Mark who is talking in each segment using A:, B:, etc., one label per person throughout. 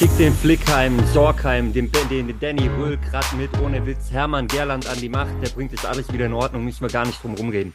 A: Schick den Flickheim, Sorgheim, den Danny Röhl grad mit, ohne Witz, Hermann Gerland an die Macht, der bringt das alles wieder in Ordnung, müssen wir gar nicht drum rumreden.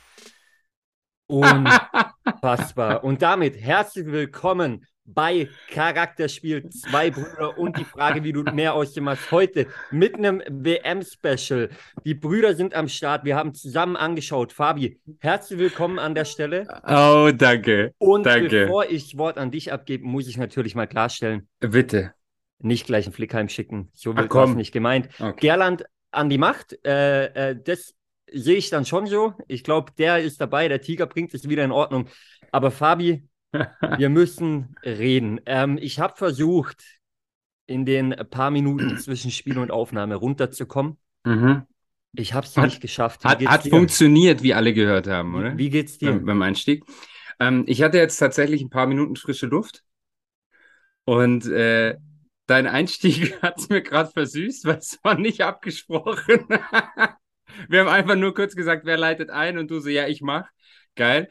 A: Unfassbar. Und damit herzlich willkommen bei Charakterspiel, zwei Brüder und die Frage, wie du mehr aus dem machst. Heute mit einem WM-Special. Die Brüder sind am Start, wir haben zusammen angeschaut. Fabi, herzlich willkommen an der Stelle.
B: Oh, danke.
A: Und
B: Danke.
A: bevor ich Wort an dich abgebe, muss ich natürlich mal klarstellen,
B: Bitte.
A: nicht gleich einen Flickheim schicken. So
B: Ach,
A: wild war es
B: komm.
A: nicht gemeint.
B: Okay.
A: Gerland an die Macht, das sehe ich dann schon so. Ich glaube, der ist dabei, der Tiger bringt es wieder in Ordnung. Aber Fabi, wir müssen reden. Ich habe versucht, in den paar Minuten zwischen Spiel und Aufnahme runterzukommen.
B: Mhm.
A: Ich habe es nicht geschafft. Wie
B: Hat
A: geht's dir?
B: funktioniert, wie alle gehört haben, oder?
A: Wie geht's dir?
B: Beim Einstieg. Ich hatte jetzt tatsächlich ein paar Minuten frische Luft und dein Einstieg hat es mir gerade versüßt, weil es war nicht abgesprochen. Wir haben einfach nur kurz gesagt, wer leitet ein und du so, ja, ich mach. Geil.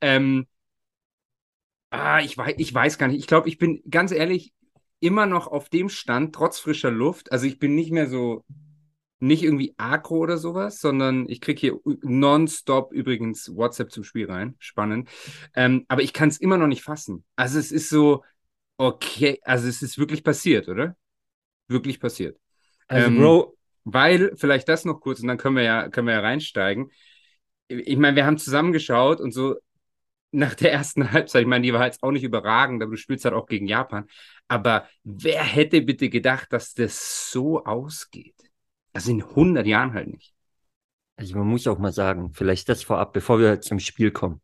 B: Ich weiß gar nicht. Ich glaube, ich bin ganz ehrlich immer noch auf dem Stand, trotz frischer Luft. Also ich bin nicht mehr so, nicht irgendwie aggro oder sowas, sondern ich kriege hier nonstop übrigens WhatsApp zum Spiel rein. Spannend. Aber ich kann es immer noch nicht fassen. Also es ist so, okay, also es ist wirklich passiert, oder? Wirklich passiert.
A: Also, Bro,
B: Weil, vielleicht das noch kurz und dann können wir ja reinsteigen. Ich meine, wir haben zusammengeschaut und so nach der ersten Halbzeit, ich meine, die war jetzt auch nicht überragend, aber du spielst halt auch gegen Japan. Aber wer hätte bitte gedacht, dass das so ausgeht? Also in 100 Jahren halt nicht.
A: also man muss auch mal sagen, vielleicht das vorab, bevor wir zum Spiel kommen.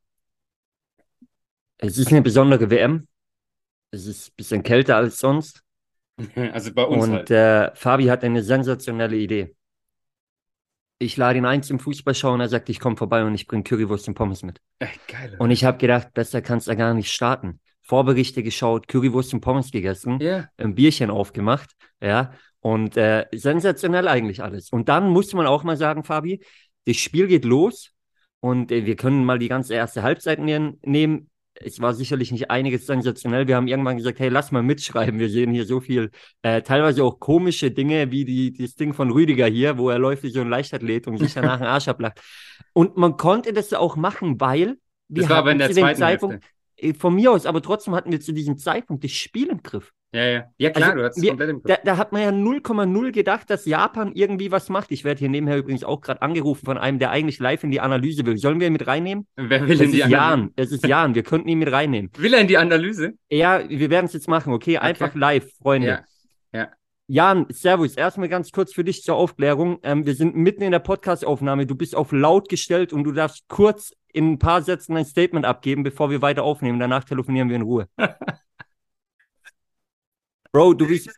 A: Es ist eine besondere WM. Es ist ein bisschen kälter als sonst.
B: Also bei uns
A: Und
B: halt.
A: Fabi hat eine sensationelle Idee. Ich lade ihn ein zum Fußball schauen. Er sagt, ich komme vorbei und ich bringe Currywurst und Pommes mit.
B: Geil,
A: Und
B: oder?
A: ich habe gedacht, besser kannst du gar nicht starten. Vorberichte geschaut, Currywurst und Pommes gegessen,
B: Ja.
A: ein Bierchen aufgemacht, ja. Und sensationell eigentlich alles. Und dann muss man auch mal sagen, Fabi, das Spiel geht los und wir können mal die ganze erste Halbzeit nehmen. Es war sicherlich nicht einiges sensationell. Wir haben irgendwann gesagt, hey, lass mal mitschreiben. Wir sehen hier so viel, teilweise auch komische Dinge, wie das Ding von Rüdiger hier, wo er läuft wie so ein Leichtathlet und sich danach einen Arsch ablacht. Und man konnte das auch machen, weil
B: Das
A: wir
B: war aber in
A: hatten
B: der
A: zu dem
B: zweiten Hälfte.
A: Zeitpunkt, von mir aus, aber trotzdem hatten wir zu diesem Zeitpunkt das Spiel im Griff.
B: Ja, ja. Ja,
A: Also
B: klar, du hast es komplett im Griff.
A: da hat man ja 0,0 gedacht, dass Japan irgendwie was macht. Ich werde hier nebenher übrigens auch gerade angerufen von einem, der eigentlich live in die Analyse will. Sollen wir ihn mit reinnehmen?
B: Wer will
A: Es
B: in die
A: ist
B: Analyse?
A: Jan, es ist Jan, wir könnten ihn mit reinnehmen.
B: Will er in die Analyse?
A: Ja, wir werden es jetzt machen, okay?
B: Okay.
A: Einfach live, Freunde.
B: Ja, ja.
A: Jan, Servus, erstmal ganz kurz für dich zur Aufklärung. Wir sind mitten in der Podcast-Aufnahme. Du bist auf laut gestellt und du darfst kurz in ein paar Sätzen ein Statement abgeben, bevor wir weiter aufnehmen. Danach telefonieren wir in Ruhe. Bro, du bist.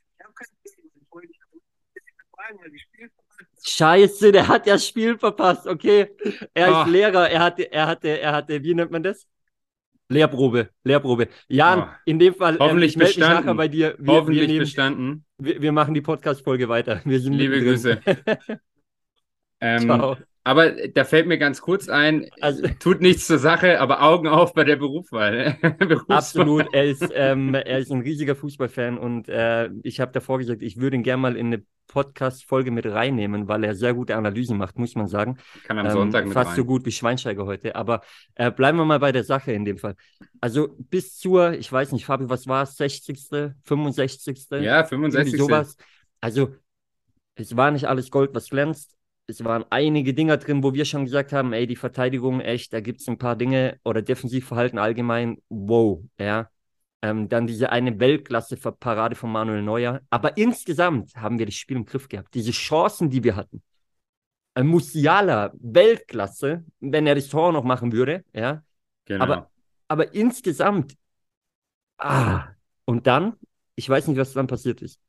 A: Scheiße, der hat das Spiel verpasst. Okay, er ist
B: Oh,
A: Lehrer. Er hatte, wie nennt man das? Lehrprobe. Jan,
B: oh.
A: in dem Fall,
B: Hoffentlich
A: ich melde mich nachher bei
B: bestanden.
A: dir.
B: Hoffentlich bestanden.
A: Wir machen die Podcast-Folge weiter. Wir sind
B: Liebe
A: mittendrin.
B: Grüße. Ähm,
A: Ciao.
B: aber da fällt mir ganz kurz ein,
A: Also,
B: tut nichts zur Sache, aber Augen auf bei der Berufswahl. Berufswahl.
A: absolut. Er ist ein riesiger Fußballfan und ich habe davor gesagt, ich würde ihn gerne mal in eine Podcast-Folge mit reinnehmen, weil er sehr gute Analysen macht, muss man sagen.
B: Kann am Sonntag mit
A: Fast so
B: rein.
A: gut wie Schweinsteiger heute. Aber bleiben wir mal bei der Sache in dem Fall. Also ich weiß nicht, Fabi, was war es? 60., 65.?
B: Ja,
A: Irgendwie
B: 65.
A: sowas. Also es war nicht alles Gold, was glänzt. Es waren einige Dinger drin, wo wir schon gesagt haben, ey, die Verteidigung, echt, da gibt es ein paar Dinge oder Defensivverhalten allgemein, wow, ja. Dann diese eine Weltklasse-Parade von Manuel Neuer. Aber insgesamt haben wir das Spiel im Griff gehabt. Diese Chancen, die wir hatten. Musiala, Weltklasse, wenn er das Tor noch machen würde, ja.
B: Genau.
A: Aber insgesamt, und dann, ich weiß nicht, was dann passiert ist.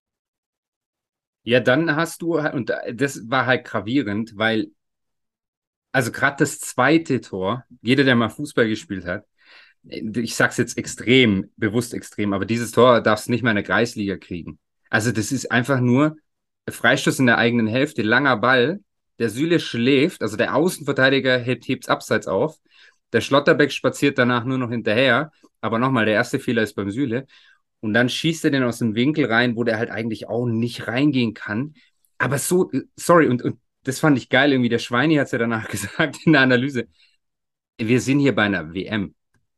B: Ja, dann hast du, und das war halt gravierend, weil, also gerade das zweite Tor, jeder, der mal Fußball gespielt hat, ich sag's jetzt extrem, bewusst extrem, aber dieses Tor darfst du nicht mal in der Kreisliga kriegen. Also das ist einfach nur Freistoß in der eigenen Hälfte, langer Ball, der Süle schläft, also der Außenverteidiger hebt's abseits auf, der Schlotterbeck spaziert danach nur noch hinterher, aber nochmal, der erste Fehler ist beim Süle Und dann schießt er den aus dem Winkel rein, wo der halt eigentlich auch nicht reingehen kann. Aber so, sorry, und das fand ich geil, irgendwie der Schweini hat es ja danach gesagt in der Analyse. Wir sind hier bei einer WM.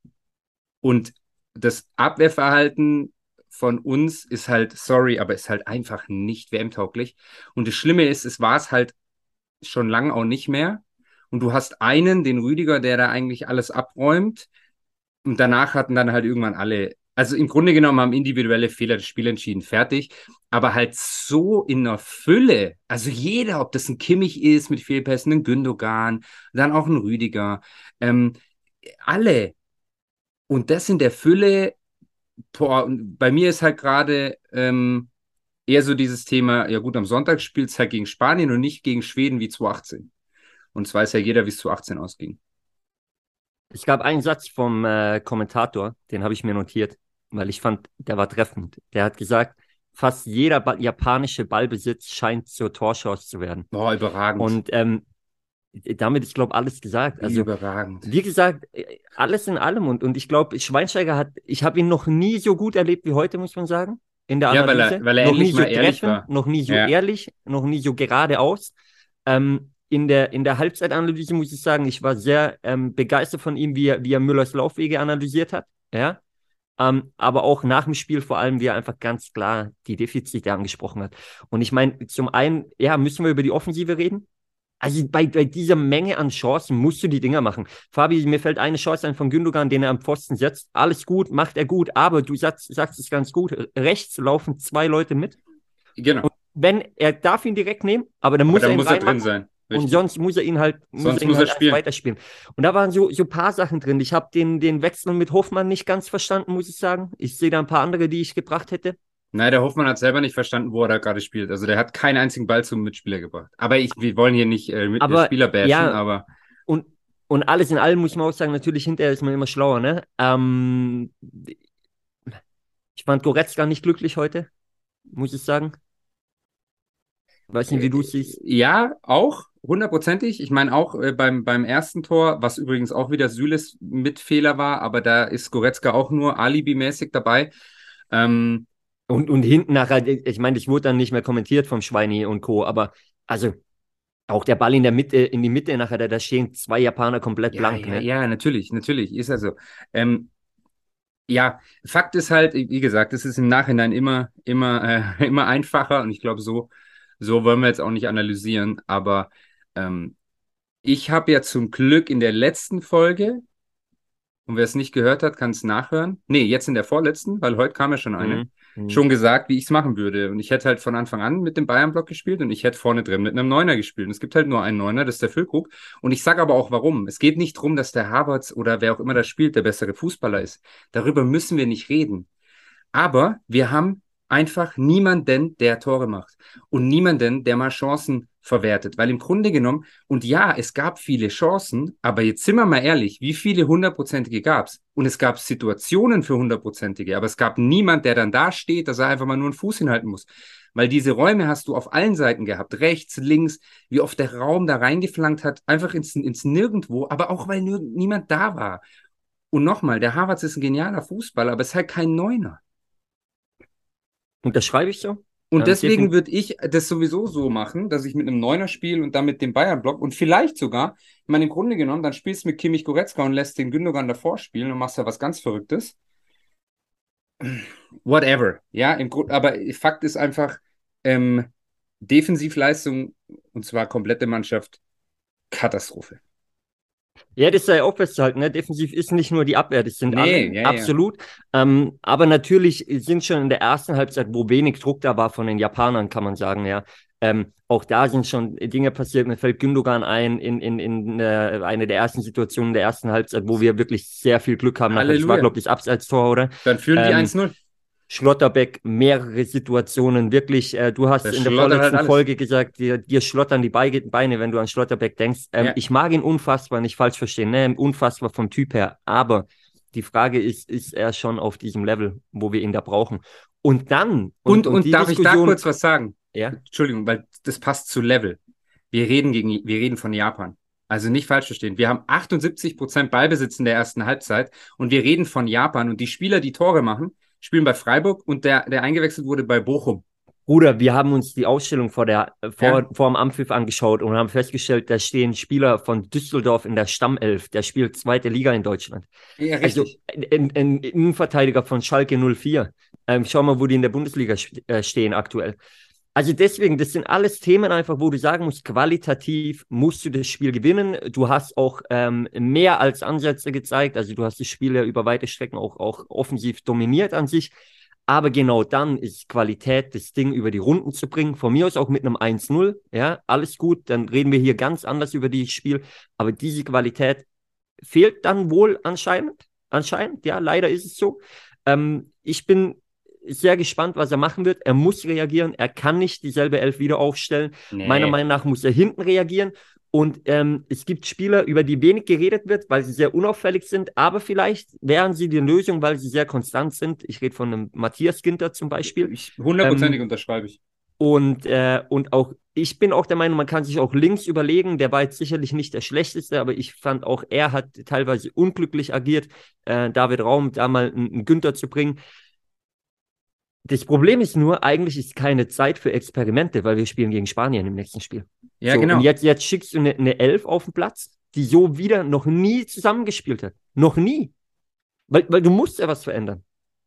B: Und das Abwehrverhalten von uns ist halt, sorry, aber ist halt einfach nicht WM-tauglich. Und das Schlimme ist, es war es halt schon lange auch nicht mehr. Und du hast einen, den Rüdiger, der da eigentlich alles abräumt. Und danach hatten dann halt irgendwann alle, also im Grunde genommen haben individuelle Fehler das Spiel entschieden, fertig. Aber halt so in der Fülle, also jeder, ob das ein Kimmich ist mit Fehlpässen, ein Gündogan, dann auch ein Rüdiger, alle. Und das in der Fülle, boah, bei mir ist halt gerade eher so dieses Thema, ja gut, am Sonntag spielt es halt gegen Spanien und nicht gegen Schweden wie 2018. Und es weiß ja jeder, wie es 2018 ausging.
A: Es gab einen Satz vom Kommentator, den habe ich mir notiert, weil ich fand, der war treffend. Der hat gesagt, fast jeder japanische Ballbesitz scheint zur Torchance zu werden.
B: Boah, überragend.
A: Und damit ist, glaube ich, alles gesagt. Also,
B: Überragend.
A: wie gesagt, alles in allem. Und ich glaube, Schweinsteiger ich habe ihn noch nie so gut erlebt wie heute, muss man sagen, in der
B: Ja,
A: Analyse.
B: weil er
A: Noch
B: endlich
A: nie so
B: mal ehrlich
A: treffend,
B: war.
A: noch nie so
B: Ja,
A: ehrlich, noch nie so geradeaus. In der Halbzeitanalyse muss ich sagen, ich war sehr begeistert von ihm, wie er Müllers Laufwege analysiert hat. Ja. Aber auch nach dem Spiel vor allem, wie er einfach ganz klar die Defizite angesprochen hat. Und ich meine, zum einen, ja, müssen wir über die Offensive reden. Also bei dieser Menge an Chancen musst du die Dinger machen. Fabi, mir fällt eine Chance ein von Gündogan, den er am Pfosten setzt. Alles gut, macht er gut, aber du sagst es ganz gut. Rechts laufen 2 Leute mit.
B: genau.
A: Wenn er darf ihn direkt nehmen, aber dann
B: Aber
A: muss
B: da
A: er ihn
B: muss er drin
A: reinmachen.
B: sein.
A: Und
B: Richtig.
A: sonst muss er ihn halt,
B: Sonst muss er
A: einfach
B: spielen.
A: weiterspielen. Und da waren so ein paar Sachen drin. Ich habe den Wechsel mit Hofmann nicht ganz verstanden, muss ich sagen. Ich sehe da ein paar andere, die ich gebracht hätte.
B: Nein, der Hoffmann hat selber nicht verstanden, wo er da gerade spielt. Also der hat keinen einzigen Ball zum Mitspieler gebracht. Aber wir wollen hier nicht
A: Aber
B: Spieler bashen,
A: ja,
B: aber
A: und, und alles in allem muss man auch sagen, natürlich hinterher ist man immer schlauer, ne? Ich fand Goretzka nicht glücklich heute, muss ich sagen. Weiß nicht, wie du es siehst.
B: ja, auch hundertprozentig. Ich meine auch beim ersten Tor, was übrigens auch wieder Süles Mitfehler war, aber da ist Goretzka auch nur alibimäßig dabei. Ähm,
A: Und hinten nachher, ich meine, das wurde dann nicht mehr kommentiert vom Schweini und Co., aber also auch der Ball in der Mitte, in die Mitte nachher, da stehen 2 Japaner komplett
B: ja,
A: blank,
B: ja,
A: ne?
B: ja, natürlich, ist also. Ja, Fakt ist halt, wie gesagt, es ist im Nachhinein immer einfacher und ich glaube, so wollen wir jetzt auch nicht analysieren, aber ähm, ich habe ja zum Glück in der letzten Folge, und wer es nicht gehört hat, kann es nachhören. Nee, jetzt in der vorletzten, weil heute kam ja schon eine.
A: Mhm. Mhm.
B: Schon gesagt, wie ich es machen würde. Und ich hätte halt von Anfang an mit dem Bayern-Block gespielt und ich hätte vorne drin mit einem Neuner gespielt. Und es gibt halt nur einen Neuner, das ist der Füllkrug. Und ich sage aber auch warum. Es geht nicht darum, dass der Havertz oder wer auch immer da spielt, der bessere Fußballer ist. Darüber müssen wir nicht reden. Aber wir haben einfach niemanden, der Tore macht und niemanden, der mal Chancen verwertet. Weil im Grunde genommen, und ja, es gab viele Chancen, aber jetzt sind wir mal ehrlich, wie viele hundertprozentige gab es? Und es gab Situationen für hundertprozentige, aber es gab niemand, der dann da steht, dass er einfach mal nur einen Fuß hinhalten muss. Weil diese Räume hast du auf allen Seiten gehabt, rechts, links, wie oft der Raum da reingeflankt hat, einfach ins Nirgendwo, aber auch weil niemand da war. Und nochmal, der Havertz ist ein genialer Fußballer, aber es ist halt kein Neuner.
A: Und das schreibe ich so.
B: Und deswegen
A: Definitiv.
B: würde ich das sowieso so machen, dass ich mit einem Neuner spiele und dann mit dem Bayern-Block und vielleicht sogar, ich meine, im Grunde genommen, dann spielst du mit Kimmich Goretzka und lässt den Gündogan davor spielen und machst ja was ganz Verrücktes. Whatever. Ja, aber Fakt ist einfach, ähm, Defensivleistung, und zwar komplette Mannschaft, Katastrophe.
A: Ja, das sei auch festzuhalten, ne? Defensiv ist nicht nur die Abwehr, das sind
B: Nee,
A: alle,
B: ja.
A: absolut. Aber natürlich sind schon in der ersten Halbzeit, wo wenig Druck da war von den Japanern, kann man sagen, ja. Auch da sind schon Dinge passiert. Mir fällt Gündogan ein in eine der ersten Situationen der ersten Halbzeit, wo wir wirklich sehr viel Glück haben. Nachher, das war,
B: Halleluja.
A: glaube ich, das Abseitstor, oder?
B: Dann führen die
A: Ähm,
B: 1-0.
A: Schlotterbeck, mehrere Situationen, wirklich, du hast
B: Der
A: in der
B: schlottert halt
A: vorletzten
B: alles.
A: Folge gesagt, dir schlottern die Beine, wenn du an Schlotterbeck denkst.
B: Ja.
A: Ich mag ihn unfassbar, nicht falsch verstehen, ne? Unfassbar vom Typ her, aber die Frage ist er schon auf diesem Level, wo wir ihn da brauchen? Und dann, und
B: Und
A: die
B: darf ich da
A: Diskussion,
B: kurz was sagen?
A: ja,
B: Entschuldigung, weil das passt zu Level. Wir reden von Japan. Also nicht falsch verstehen. Wir haben 78% Ballbesitz in der ersten Halbzeit und wir reden von Japan und die Spieler, die Tore machen, spielen bei Freiburg und der eingewechselt wurde bei Bochum.
A: Bruder, wir haben uns die Ausstellung vor
B: Ja?
A: dem Anpfiff angeschaut und haben festgestellt, da stehen Spieler von Düsseldorf in der Stammelf. Der spielt zweite Liga in Deutschland.
B: Ja,
A: Also
B: richtig.
A: ein Innenverteidiger von Schalke 04. Schau mal, wo die in der Bundesliga stehen aktuell. Also deswegen, das sind alles Themen einfach, wo du sagen musst, qualitativ musst du das Spiel gewinnen. Du hast auch mehr als Ansätze gezeigt. Also du hast das Spiel ja über weite Strecken auch offensiv dominiert an sich. Aber genau dann ist Qualität, das Ding über die Runden zu bringen. Von mir aus auch mit einem 1-0. Ja, alles gut. Dann reden wir hier ganz anders über die Spiel. Aber diese Qualität fehlt dann wohl anscheinend. Anscheinend, ja, leider ist es so. Ich bin sehr gespannt, was er machen wird. Er muss reagieren. Er kann nicht dieselbe Elf wieder aufstellen. Meiner
B: Nee.
A: Meinung nach muss er hinten reagieren. Und es gibt Spieler, über die wenig geredet wird, weil sie sehr unauffällig sind, aber vielleicht wären sie die Lösung, weil sie sehr konstant sind. Ich rede von einem Matthias Ginter zum Beispiel.
B: Hundertprozentig unterschreibe ich.
A: Und auch ich bin auch der Meinung, man kann sich auch links überlegen. Der war jetzt sicherlich nicht der schlechteste, aber ich fand auch, er hat teilweise unglücklich agiert. David Raum, da mal einen Günther zu bringen. Das Problem ist nur, eigentlich ist keine Zeit für Experimente, weil wir spielen gegen Spanien im nächsten Spiel.
B: Ja,
A: So,
B: genau.
A: und jetzt schickst du eine Elf auf den Platz, die so wieder noch nie zusammengespielt hat. Noch nie. Weil du musst ja was verändern.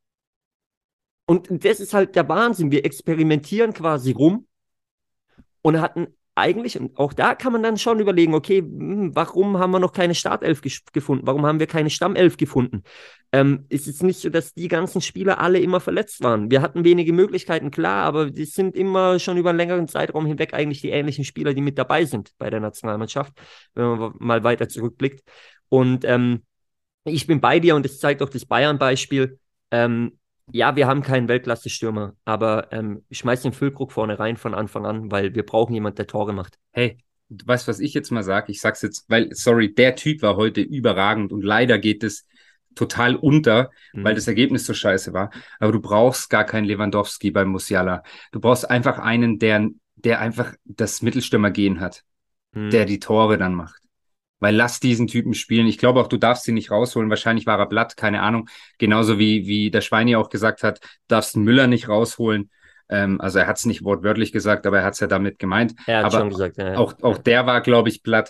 A: Und das ist halt der Wahnsinn. Wir experimentieren quasi rum und hatten eigentlich, und auch da kann man dann schon überlegen, okay, warum haben wir noch keine Startelf gefunden? Warum haben wir keine Stammelf gefunden? Ist es nicht so, dass die ganzen Spieler alle immer verletzt waren? Wir hatten wenige Möglichkeiten, klar, aber die sind immer schon über einen längeren Zeitraum hinweg eigentlich die ähnlichen Spieler, die mit dabei sind bei der Nationalmannschaft, wenn man mal weiter zurückblickt. Und ich bin bei dir und das zeigt auch das Bayern-Beispiel. Ja, wir haben keinen Weltklasse-Stürmer, aber schmeiß den Füllkrug vorne rein von Anfang an, weil wir brauchen jemanden, der Tore macht.
B: Hey, du weißt, was ich jetzt mal sage? Ich sag's jetzt, weil, sorry, der Typ war heute überragend und leider geht es total unter, weil das Ergebnis so scheiße war. Aber du brauchst gar keinen Lewandowski beim Musiala. Du brauchst einfach einen, der einfach das Mittelstürmergehen hat, der die Tore dann macht. Weil lass diesen Typen spielen. Ich glaube auch, du darfst ihn nicht rausholen. Wahrscheinlich war er platt, keine Ahnung. Genauso wie der Schweini auch gesagt hat, darfst Müller nicht rausholen. Also er hat es nicht wortwörtlich gesagt, aber er hat es ja damit gemeint.
A: Er hat
B: Aber
A: schon gesagt, ja.
B: auch der war, glaube ich, platt.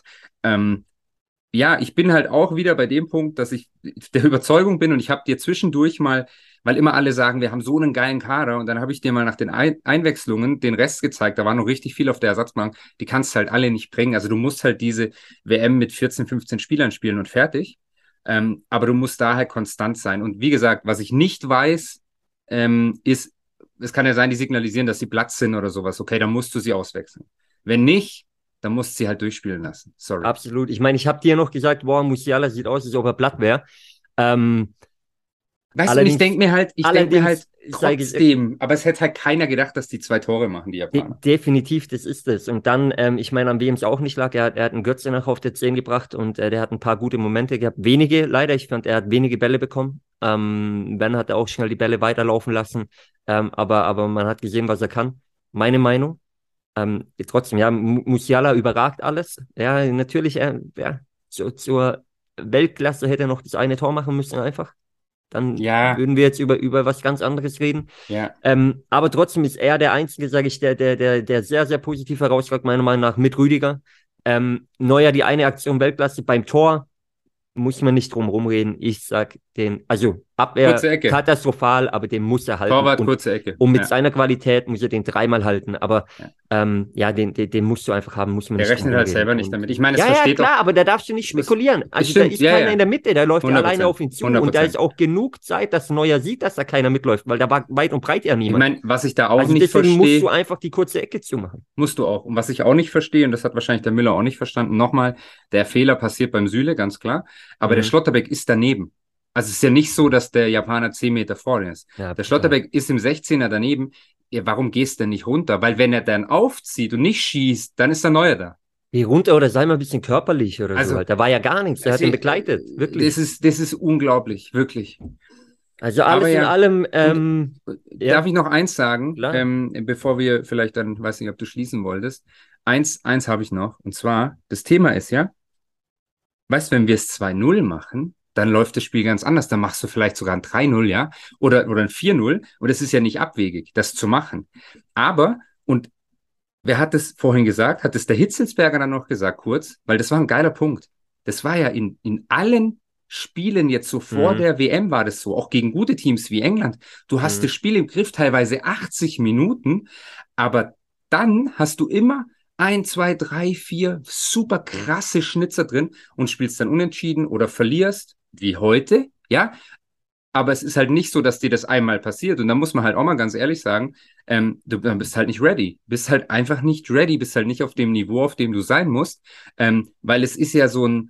B: Ja, ich bin halt auch wieder bei dem Punkt, dass ich der Überzeugung bin und ich habe dir zwischendurch mal, weil immer alle sagen, wir haben so einen geilen Kader und dann habe ich dir mal nach den Einwechslungen den Rest gezeigt, da war noch richtig viel auf der Ersatzbank, die kannst du halt alle nicht bringen, also du musst halt diese WM mit 14, 15 Spielern spielen und fertig, aber du musst da halt konstant sein und wie gesagt, was ich nicht weiß, ist, es kann ja sein, die signalisieren, dass sie Platz sind oder sowas, okay, dann musst du sie auswechseln. Wenn nicht, dann musst du sie halt durchspielen lassen. Sorry.
A: Absolut. Ich meine, ich habe dir noch gesagt, boah, Musiala sieht aus, als ob er platt wäre.
B: Weißt du, und ich denke mir halt
A: sage ich,
B: trotzdem, aber es hätte halt keiner gedacht, dass die 2 Tore machen, die Japaner.
A: Definitiv, das ist es. Und dann, ich meine, an wem es auch nicht lag, er hat einen Götze nach auf der 10 gebracht und der hat ein paar gute Momente gehabt. Wenige, leider. Ich fand, er hat wenige Bälle bekommen. Ben hat auch schnell die Bälle weiterlaufen lassen. Aber man hat gesehen, was er kann. Meine Meinung. Trotzdem, ja, Musiala überragt alles. Ja, natürlich, ja, zur Weltklasse hätte er noch das eine Tor machen müssen, einfach. Dann würden wir jetzt über was ganz anderes reden.
B: Ja.
A: Aber trotzdem ist er der Einzige, sage ich, der sehr, sehr positiv herausragt, meiner Meinung nach, mit Rüdiger. Neuer die eine Aktion Weltklasse beim Tor. Muss man nicht drum rumreden. Ich sag also Abwehr katastrophal, aber den muss er halten.
B: Torwart, kurze Ecke.
A: Und mit seiner Qualität muss er den dreimal halten. Aber den musst du einfach haben, muss man
B: der
A: nicht
B: rechnet halt selber nicht damit. Ich meine, es
A: versteht klar, aber da darfst du nicht spekulieren. Also da ist keiner in der Mitte, der läuft alleine auf ihn zu. 100%. Und da ist auch genug Zeit, dass Neuer sieht, dass da keiner mitläuft, weil da war weit und breit ja niemand.
B: Ich meine, was ich da auch nicht
A: verstehe.
B: Deswegen
A: musst du einfach die kurze Ecke zumachen.
B: Musst du auch. Und was ich auch nicht verstehe, und das hat wahrscheinlich der Müller auch nicht verstanden, nochmal, der Fehler passiert beim Süle, ganz klar. Aber der Schlotterbeck ist daneben. Also es ist ja nicht so, dass der Japaner 10 Meter vorne ist. Ja, der Schlotterbeck ist im 16er daneben. Ja, warum gehst du denn nicht runter? Weil wenn er dann aufzieht und nicht schießt, dann ist der Neuer da.
A: Geh runter oder sei mal ein bisschen körperlich oder so. Halt. Da war ja gar nichts. Der hat ihn begleitet. Wirklich.
B: Das ist unglaublich, wirklich.
A: Also alles in allem.
B: Darf ich noch eins sagen, bevor wir vielleicht dann, weiß nicht, ob du schließen wolltest. Eins habe ich noch. Und zwar, das Thema ist ja, weißt du, wenn wir es 2-0 machen, dann läuft das Spiel ganz anders. Dann machst du vielleicht sogar ein 3-0, ja, oder ein 4-0. Und es ist ja nicht abwegig, das zu machen. Aber, und wer hat das vorhin gesagt? Hat es der Hitzelsberger dann noch gesagt, kurz? Weil das war ein geiler Punkt. Das war ja in allen Spielen jetzt so vor der WM war das so, auch gegen gute Teams wie England. Du hast das Spiel im Griff, teilweise 80 Minuten, aber dann hast du immer 1, 2, 3, 4 super krasse Schnitzer drin und spielst dann unentschieden oder verlierst, wie heute, ja. Aber es ist halt nicht so, dass dir das einmal passiert. Und da muss man halt auch mal ganz ehrlich sagen, du bist halt nicht ready. Bist halt einfach nicht ready, bist halt nicht auf dem Niveau, auf dem du sein musst. Weil es ist ja so ein,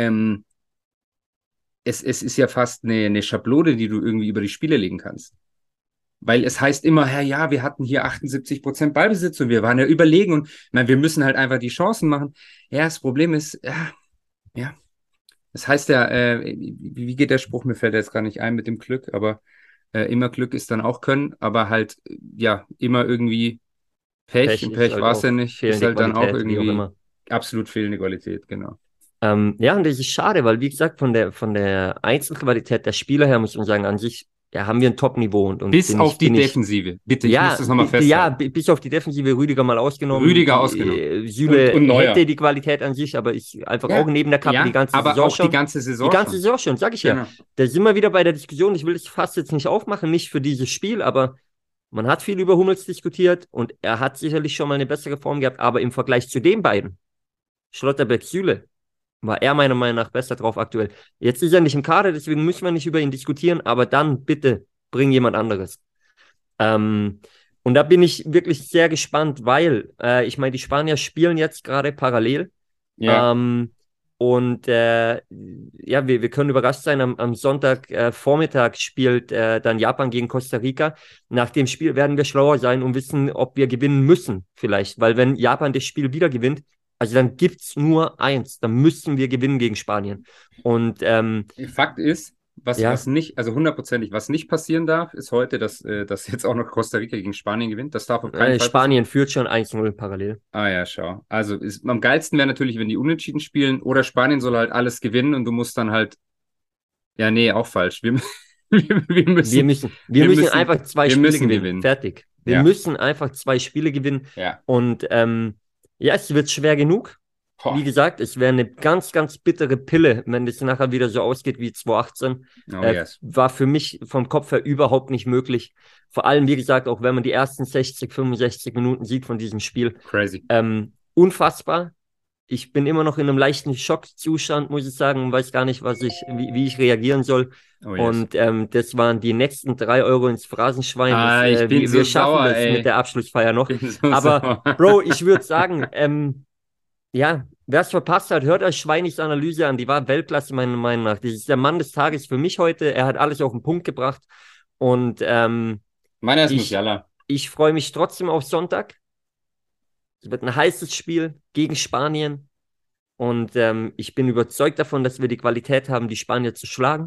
B: es ist ja fast eine Schablone, die du irgendwie über die Spiele legen kannst. Weil es heißt immer, ja, wir hatten hier 78% Ballbesitz und wir waren ja überlegen und wir müssen halt einfach die Chancen machen. Ja, das Problem ist, ja. Das heißt ja, wie geht der Spruch? Mir fällt jetzt gar nicht ein mit dem Glück, aber immer Glück ist dann auch Können, aber halt, ja, immer irgendwie Pech. Und Pech
A: halt
B: war es ja nicht. Ist
A: fehlende
B: halt dann auch
A: Qualität, wie auch
B: irgendwie
A: immer.
B: absolut fehlende Qualität, genau.
A: Ja, und das ist schade, weil wie gesagt, von der Einzelqualität der Spieler her muss man sagen, an sich haben wir ein Top-Niveau. Und
B: Bis auf die Defensive. Bitte, ich muss das nochmal festhalten.
A: Ja, bis auf die Defensive, Rüdiger mal ausgenommen.
B: Süle
A: und hätte die Qualität an sich, aber ist einfach auch neben der Kappe die ganze Saison
B: aber auch
A: schon.
B: Die ganze Saison schon,
A: sag ich ja. Da sind wir wieder bei der Diskussion. Ich will das fast jetzt nicht aufmachen, nicht für dieses Spiel, aber man hat viel über Hummels diskutiert und er hat sicherlich schon mal eine bessere Form gehabt, aber im Vergleich zu den beiden, Schlotterbeck-Süle, war er meiner Meinung nach besser drauf aktuell. Jetzt ist er nicht im Kader, deswegen müssen wir nicht über ihn diskutieren, aber dann bitte bring jemand anderes. Und da bin ich wirklich sehr gespannt, weil ich meine, die Spanier spielen jetzt gerade parallel. Ja. Und wir können überrascht sein, am Sonntag Vormittag spielt dann Japan gegen Costa Rica. Nach dem Spiel werden wir schlauer sein und wissen, ob wir gewinnen müssen vielleicht, weil wenn Japan das Spiel wieder gewinnt, also dann gibt es nur eins, dann müssen wir gewinnen gegen Spanien. Und
B: Fakt ist, was nicht, also hundertprozentig, was nicht passieren darf, ist heute, dass jetzt auch noch Costa Rica gegen Spanien gewinnt. Das darf auf keinen Fall
A: Spanien führt schon 1-0 parallel.
B: Ah ja, schau. Also am geilsten wäre natürlich, wenn die unentschieden spielen oder Spanien soll halt alles gewinnen und du musst dann halt, ja, nee, auch falsch. Wir müssen
A: einfach 2 Spiele gewinnen. Fertig. Wir müssen einfach 2 Spiele gewinnen.
B: Ja.
A: Und es wird schwer genug. Wie gesagt, es wäre eine ganz, ganz bittere Pille, wenn das nachher wieder so ausgeht wie 2018. War für mich vom Kopf her überhaupt nicht möglich. Vor allem, wie gesagt, auch wenn man die ersten 60, 65 Minuten sieht von diesem Spiel.
B: Crazy.
A: Unfassbar. Ich bin immer noch in einem leichten Schockzustand, muss ich sagen, und weiß gar nicht, wie ich reagieren soll. Und das waren die nächsten 3 Euro ins Phrasenschwein. Wir schaffen das mit der Abschlussfeier noch. Aber Bro, ich würde sagen, wer es verpasst hat, hört euch Schweinis Analyse an. Die war Weltklasse, meiner Meinung nach. Das ist der Mann des Tages für mich heute. Er hat alles auf den Punkt gebracht. Und
B: meiner ist Musiala.
A: Ich freue mich trotzdem auf Sonntag. Es wird ein heißes Spiel gegen Spanien. Und ich bin überzeugt davon, dass wir die Qualität haben, die Spanier zu schlagen.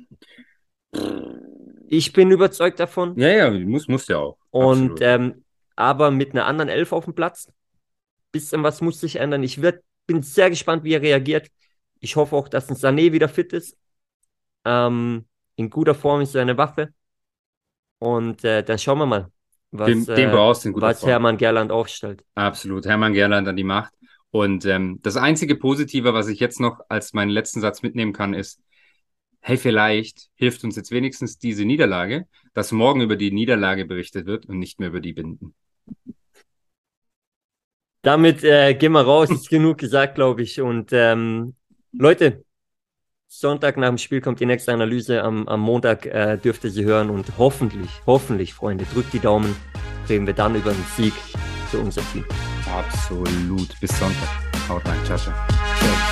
A: Ich bin überzeugt davon.
B: Ja, muss ja auch.
A: Und aber mit einer anderen Elf auf dem Platz. Bisschen was muss sich ändern. Bin sehr gespannt, wie er reagiert. Ich hoffe auch, dass ein Sané wieder fit ist. In guter Form ist seine Waffe. Und dann schauen wir mal, was Hermann Gerland aufstellt.
B: Absolut, Hermann Gerland an die Macht. Und das einzige Positive, was ich jetzt noch als meinen letzten Satz mitnehmen kann, ist, hey, vielleicht hilft uns jetzt wenigstens diese Niederlage, dass morgen über die Niederlage berichtet wird und nicht mehr über die Binden.
A: Damit gehen wir raus, ist genug gesagt, glaube ich. Und Leute, Sonntag nach dem Spiel kommt die nächste Analyse. Am Montag dürft ihr sie hören. Und hoffentlich, Freunde, drückt die Daumen, reden wir dann über den Sieg für unser Team.
B: Absolut. Bis Sonntag. Haut rein. Ciao, ciao.